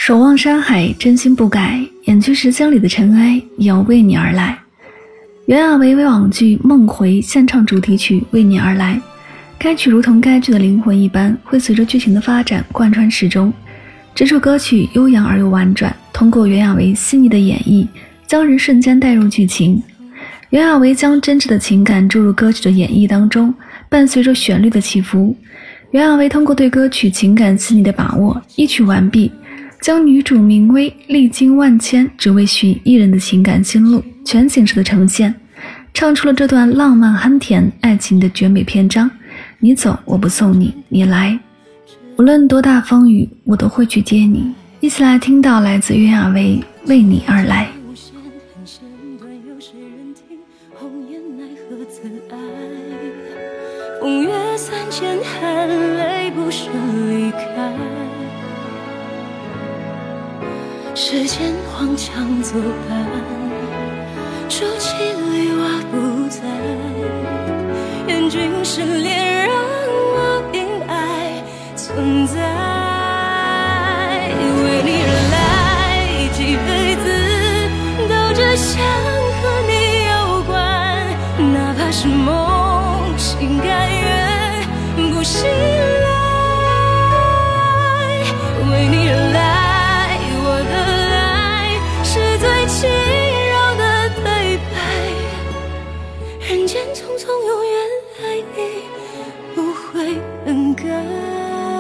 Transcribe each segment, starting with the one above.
守望山海，真心不改，掩去时间里的尘埃，也要为你而来。袁娅维为网剧《梦回》献唱主题曲《为你而来》，该曲如同该剧的灵魂一般，会随着剧情的发展贯穿始终。这首歌曲悠扬而又婉转，通过袁娅维细腻的演绎，将人瞬间带入剧情。袁娅维将真挚的情感注入歌曲的演绎当中，伴随着旋律的起伏。袁娅维通过对歌曲情感细腻的把握，一曲完毕，将女主明薇历经万千只为寻一人的情感心路全景式的呈现，唱出了这段浪漫酣甜爱情的绝美篇章。你走我不送你，你来，无论多大风雨我都会去接你。一起来听到来自袁娅维《为你而来》。 风月3000，含泪不舍离开，时间荒腔走板，筑起绿瓦不在，愿君失恋让我因爱存在，为你而来，几辈子都只想和你有关，哪怕是梦，心甘愿不醒来，为你而来，我的爱是最轻柔的对白，人间匆匆，永远爱你，不会更改。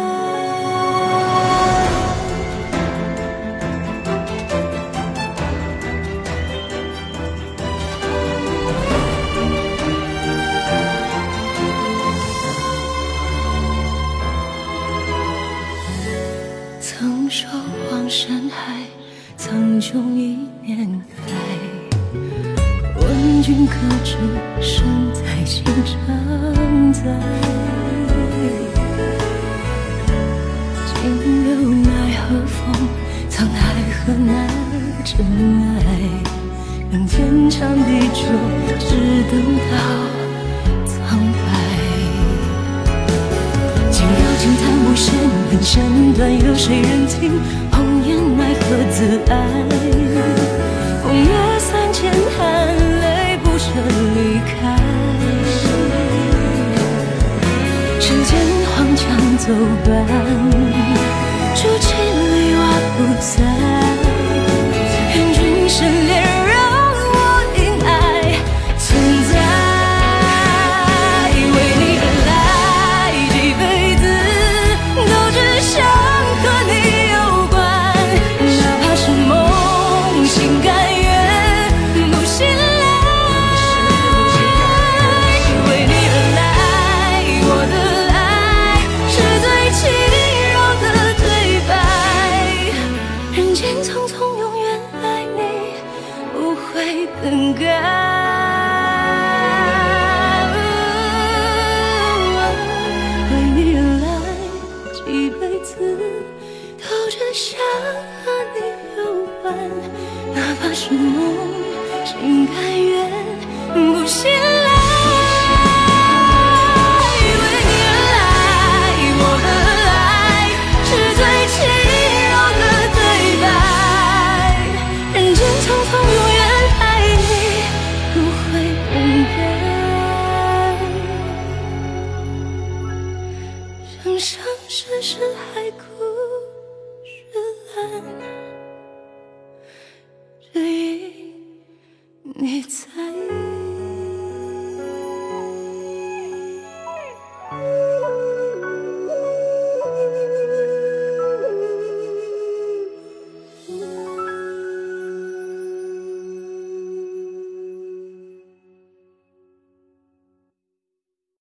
曾守望山海，苍穹一念开，问君可知身在心常在，今又奈何风，沧海何难真爱，让天长地久，只等到苍白。轻描轻叹无限人身段，有谁人听？红颜奈何自爱？风月3000，含泪不舍离开，时间荒腔走板，筑起绿瓦不在，愿君失恋让我因爱存在，为你而来，几辈子都只想和你有关，哪怕是梦，心甘愿不醒来，为你而来，我的爱是最轻柔的对白，人间匆匆，永远爱你，不会更改。为你而来，几辈子都只想和你有关，哪怕是梦，心甘愿不醒来，为你而来，我的爱是最轻柔的对白，人间匆匆，永远爱你，不会更改，生生世世海枯石烂，只因你在。